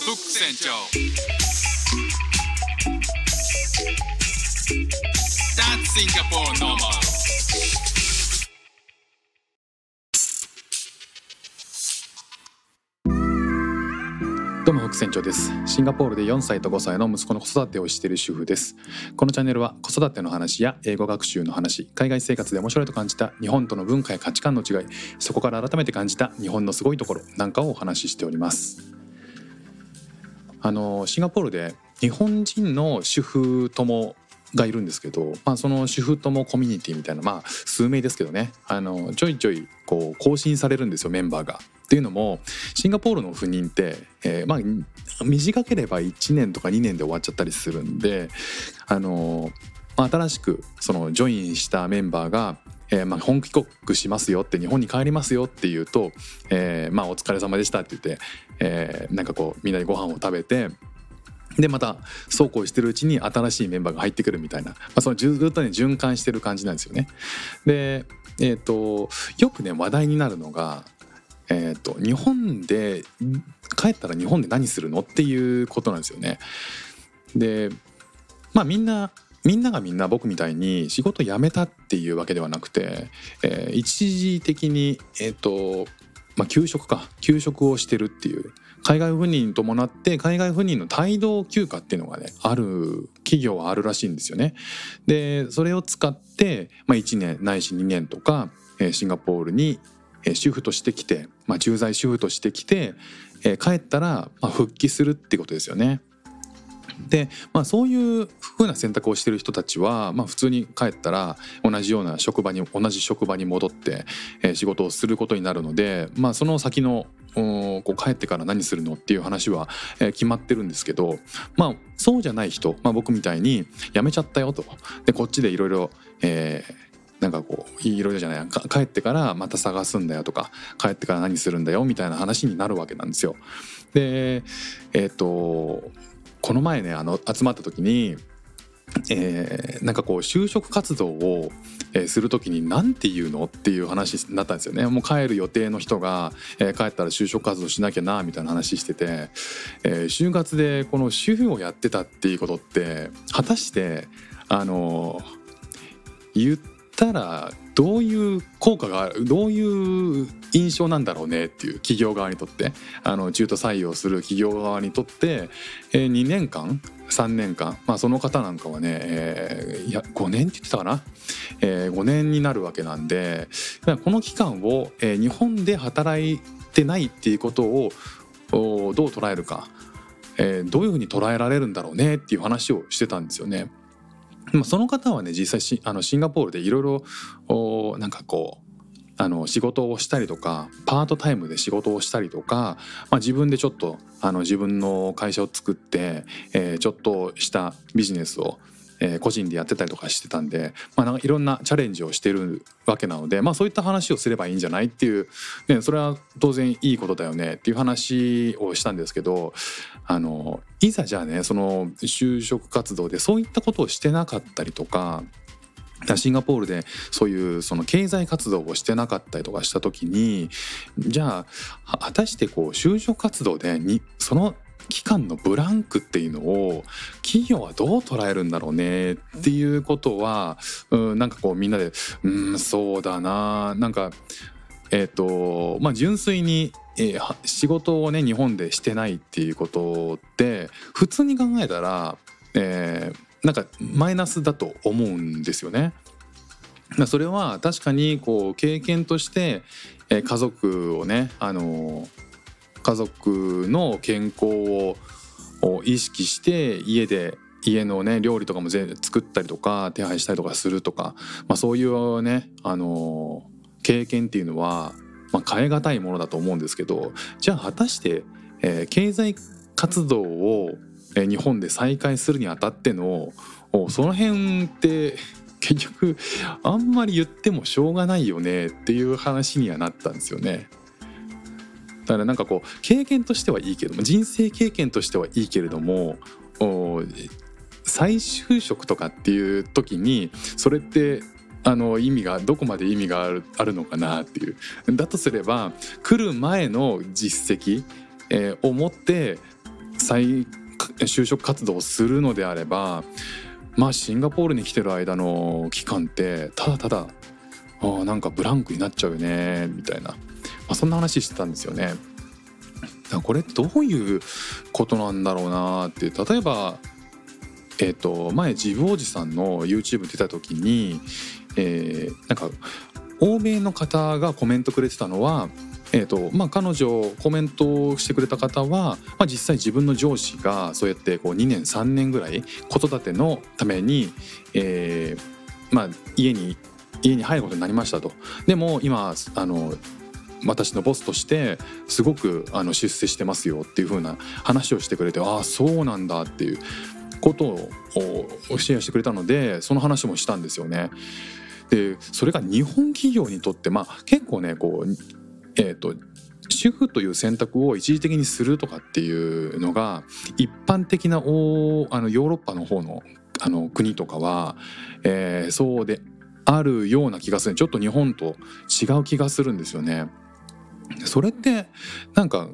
フック船長 That's Singapore normal。 どうも副船長です。シンガポールで4歳と5歳の息子の子育てをしている主婦です。このチャンネルは子育ての話や英語学習の話、海外生活で面白いと感じた日本との文化や価値観の違い、そこから改めて感じた日本のすごいところなんかをお話ししております。シンガポールで日本人の主婦友がいるんですけど、その主婦友コミュニティみたいな、数名ですけどね、ちょいちょいこう更新されるんですよ、メンバーが。っていうのもシンガポールの赴任って、短ければ1年とか2年で終わっちゃったりするんで、新しくそのジョインしたメンバーが、本帰国しますよって、日本に帰りますよっていうと、お疲れ様でしたって言って、みんなでご飯を食べて、でまたそうこうしてるうちに新しいメンバーが入ってくるみたいな、そのずっとね循環してる感じなんですよね。で、よくね話題になるのが、日本で帰ったら日本で何するのっていうことなんですよね。でみんながみんな僕みたいに仕事辞めたっていうわけではなくて、一時的に休職をしてるっていう、海外赴任に伴って海外赴任の帯同休暇っていうのがねある企業はあるらしいんですよね。でそれを使って、1年ないし2年とか、シンガポールに主婦として来て、駐在主婦として来て、帰ったら復帰するってことですよね。で、そういう風な選択をしている人たちは、普通に帰ったら同じ職場に戻って、仕事をすることになるので、その先の帰ってから何するのっていう話は、決まってるんですけど、そうじゃない人、僕みたいに辞めちゃったよと、でこっちでいろいろいろいろじゃない、帰ってからまた探すんだよとか、帰ってから何するんだよみたいな話になるわけなんですよ。でこの前ね集まった時に、就職活動をする時に何て言うのっていう話になったんですよね。もう帰る予定の人が、帰ったら就職活動しなきゃなみたいな話してて、就活でこの主婦をやってたっていうことって果たして言ったらどういう効果がある、どういう印象なんだろうねっていう、企業側にとって、中途採用する企業側にとって、2年間3年間、その方なんかはね、5年って言ってたかな、5年になるわけなんで、この期間を、日本で働いてないっていうことをどう捉えるか、どういうふうに捉えられるんだろうねっていう話をしてたんですよね。その方はね実際シンガポールでいろいろ仕事をしたりとか、パートタイムで仕事をしたりとか、自分でちょっと自分の会社を作って、ちょっとしたビジネスを、個人でやってたりとかしてたんで、いろんなチャレンジをしてるわけなので、そういった話をすればいいんじゃないっていう、それは当然いいことだよねっていう話をしたんですけど、いざじゃあねその就職活動でそういったことをしてなかったりとか、シンガポールでそういうその経済活動をしてなかったりとかした時に、じゃあ果たして就職活動でその期間のブランクっていうのを企業はどう捉えるんだろうねっていうことは、みんなでそうだな、純粋に、仕事をね日本でしてないっていうことって普通に考えたら、マイナスだと思うんですよね。それは確かに経験として、家族をね家族の健康を意識して家のね料理とかも作ったりとか手配したりとかするとか、そういうね経験っていうのは、変え難いものだと思うんですけど、じゃあ果たして、経済活動を日本で再開するにあたってのその辺って結局あんまり言ってもしょうがないよねっていう話にはなったんですよね。だから経験としてはいいけども、人生経験としてはいいけれども、再就職とかっていう時にそれってどこまで意味があるのかなっていう。だとすれば来る前の実績、を持って就職活動をするのであれば、まあシンガポールに来てる間の期間ってただただなんかブランクになっちゃうよねみたいな、まあ、そんな話してたんですよね。だからこれどういうことなんだろうなって。例えば前ジブおじさんの YouTube 出た時に、なんか欧米の方がコメントくれてたのは、彼女コメントをしてくれた方は、実際自分の上司がそうやってこう2年3年ぐらい子育てのために、家に入ることになりましたと。でも今私のボスとしてすごく出世してますよっていう風な話をしてくれて、ああそうなんだっていうことをシェアしてくれたので、その話もしたんですよね。でそれが日本企業にとって結構ねこう主婦という選択を一時的にするとかっていうのが一般的なヨーロッパの方の国とかは、そうであるような気がする。ちょっと日本と違う気がするんですよね。それってなんか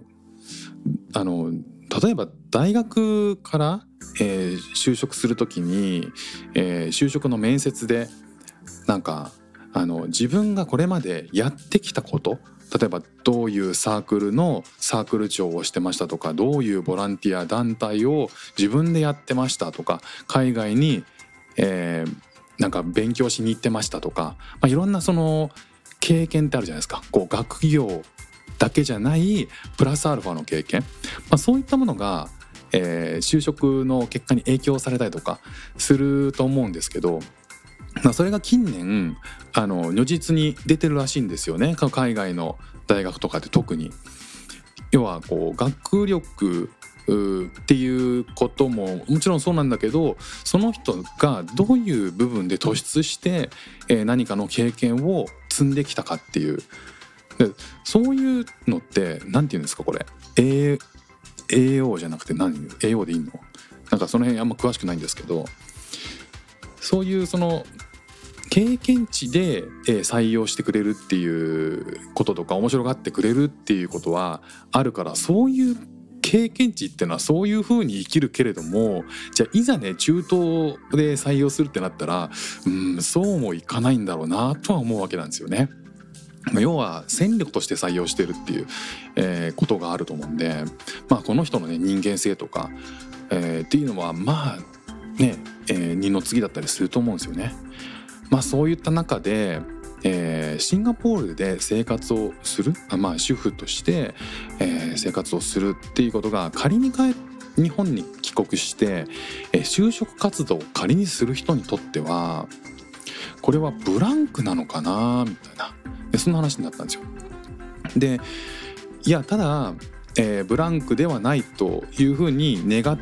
例えば大学から、就職するときに、就職の面接でなんか自分がこれまでやってきたこと、例えばどういうサークルのサークル長をしてましたとか、どういうボランティア団体を自分でやってましたとか、海外に、なんか勉強しに行ってましたとか、いろんなその経験ってあるじゃないですか。こう学業だけじゃないプラスアルファの経験、そういったものが、就職の結果に影響されたりとかすると思うんですけど、それが近年如実に出てるらしいんですよね。海外の大学とかで特に。要はこう学力っていうことももちろんそうなんだけど、その人がどういう部分で突出して、何かの経験を積んできたかっていう、でそういうのって何て言うんですかこれ、AO じゃなくてAO でいいの？なんかその辺あんま詳しくないんですけど、そういうその経験値で採用してくれるっていうこととか、面白がってくれるっていうことはあるから、そういう経験値っていうのはそういう風に生きるけれども、じゃあいざね中東で採用するってなったらそうもいかないんだろうなとは思うわけなんですよね。要は戦力として採用してるっていう、ことがあると思うんで、この人のね人間性とか、っていうのは二の次だったりすると思うんですよね。そういった中で、シンガポールで生活をする、主婦として、生活をするっていうことが仮に日本に帰国して、就職活動を仮にする人にとってはこれはブランクなのかなみたいな、そんな話になったんですよ。でいやただ、ブランクではないというふうに願って、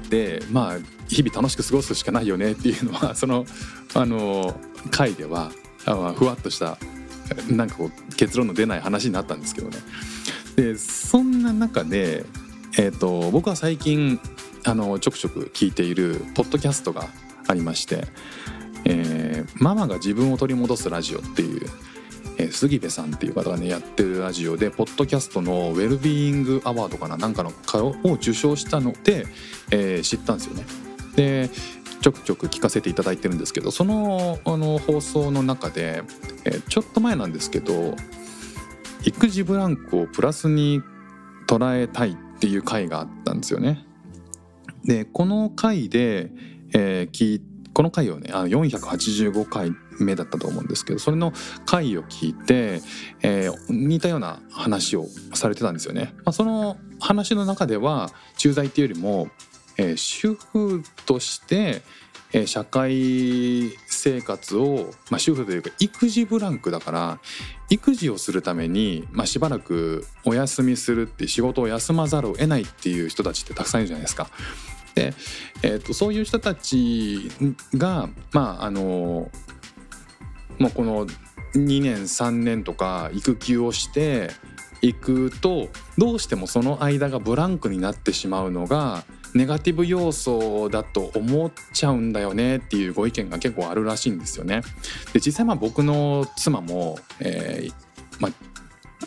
日々楽しく過ごすしかないよねっていうのはその回ではふわっとしたなんかこう結論の出ない話になったんですけどね。でそんな中で、僕は最近ちょくちょく聞いているポッドキャストがありまして、ママが自分を取り戻すラジオっていう、杉部さんっていう方がねやってるラジオで、ポッドキャストのウェルビーイングアワードかな、なんかのを受賞したので、知ったんですよね。でちょくちょく聞かせていただいてるんですけど、その放送の中で、ちょっと前なんですけど、育児ブランクをプラスに捉えたいっていう回があったんですよね。でこの回で、この回をね485回目だったと思うんですけど、それの回を聞いて、似たような話をされてたんですよね。その話の中では駐在っていうよりも、主婦として、社会生活を、主婦というか育児ブランクだから育児をするために、しばらくお休みするって仕事を休まざるを得ないっていう人たちってたくさんいるじゃないですか。で、そういう人たちがもうこの2年3年とか育休をしていくと、どうしてもその間がブランクになってしまうのがネガティブ要素だと思っちゃうんだよねっていうご意見が結構あるらしいんですよね。で実際僕の妻も、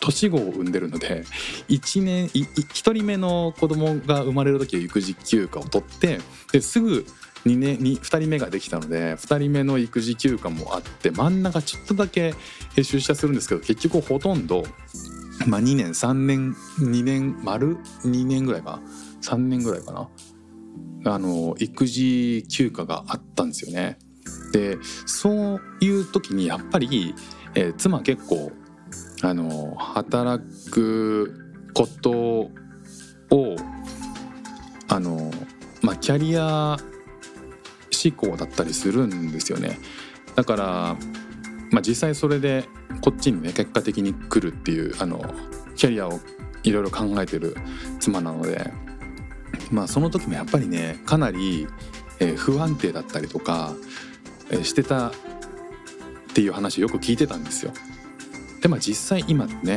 年子を産んでるので1人目の子供が生まれる時は育児休暇を取ってですぐ2人目ができたので2人目の育児休暇もあって真ん中ちょっとだけ出社するんですけど結局ほとんど、2年3年2年丸2年ぐらいか3年ぐらいかな育児休暇があったんですよね。でそういう時にやっぱり、妻は結構働くことをキャリア志向だったりするんですよね。だから、実際それでこっちにね結果的に来るっていうキャリアをいろいろ考えてる妻なので、その時もやっぱりねかなり、不安定だったりとか、してたっていう話をよく聞いてたんですよ。で実際今ね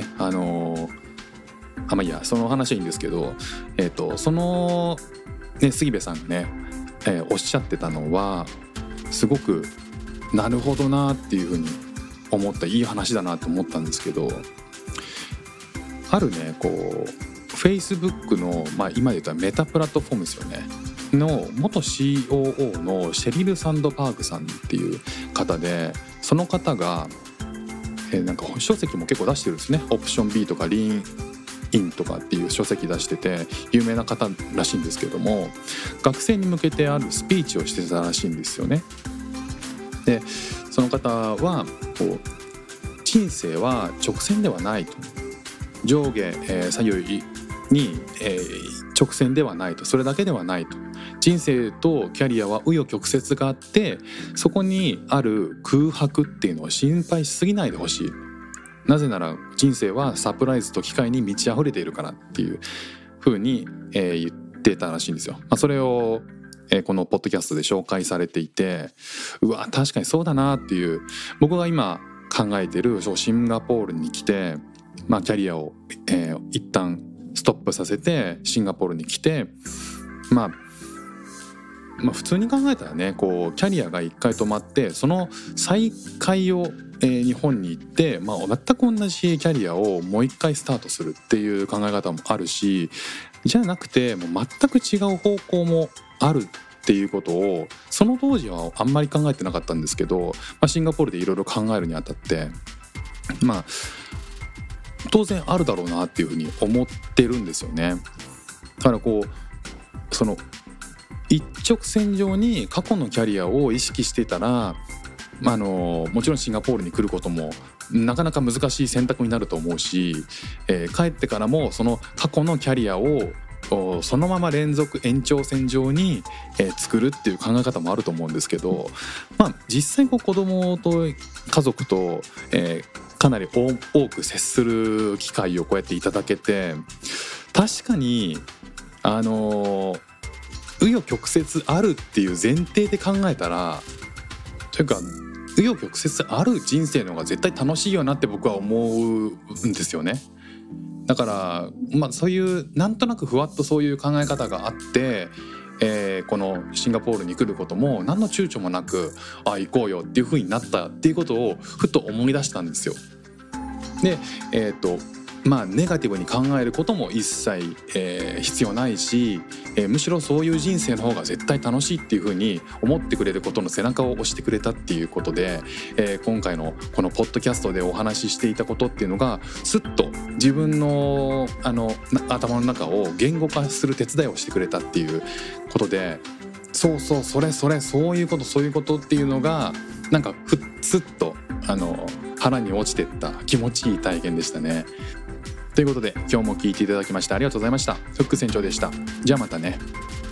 いやその話はいいんですけど、そのね杉部さんがね、おっしゃってたのはすごくなるほどなっていうふうに思ったいい話だなと思ったんですけど、あるねFacebook の、今で言ったらメタプラットフォームですよねの元 COO のシェリル・サンドバーグさんっていう方で、その方が、書籍も結構出してるんですね。オプション B とかリーンインとかっていう書籍出してて有名な方らしいんですけども、学生に向けてあるスピーチをしてたらしいんですよね。でその方は人生は直線ではないと、上下、左右に、直線ではないと、それだけではないと、人生とキャリアは紆余曲折があって、そこにある空白っていうのを心配しすぎないでほしい。なぜなら人生はサプライズと機会に満ち溢れているからっていう風に、言ってたらしいんですよ。それを、このポッドキャストで紹介されていて、うわ確かにそうだなっていう、僕が今考えてるシンガポールに来て、キャリアを、一旦ストップさせてシンガポールに来て、普通に考えたらねキャリアが一回止まってその再開を、日本に行って、全く同じキャリアをもう一回スタートするっていう考え方もあるし、じゃなくてもう全く違う方向もあるっていうことをその当時はあんまり考えてなかったんですけど、シンガポールでいろいろ考えるにあたって当然あるだろうなっていうふうに思ってるんですよね。だからその一直線上に過去のキャリアを意識していたら、もちろんシンガポールに来ることもなかなか難しい選択になると思うし、帰ってからもその過去のキャリアをそのまま連続延長線上に、作るっていう考え方もあると思うんですけど、実際子供と家族と、かなり多く接する機会をこうやっていただけて、確かに紆余曲折あるっていう前提で考えたら、というか紆余曲折ある人生の方が絶対楽しいよなって僕は思うんですよね。だからそういうなんとなくふわっとそういう考え方があって、このシンガポールに来ることも何の躊躇もなく行こうよっていう風になったっていうことをふと思い出したんですよ。でネガティブに考えることも一切、必要ないし、むしろそういう人生の方が絶対楽しいっていう風に思ってくれることの背中を押してくれたっていうことで、今回のこのポッドキャストでお話ししていたことっていうのがすっと自分の頭の中を言語化する手伝いをしてくれたっていうことで、そういうことっていうのがなんかふっつっと腹に落ちてった気持ちいい体験でしたね。ということで今日も聞いていただきましてありがとうございました。フック船長でした。じゃあまたね。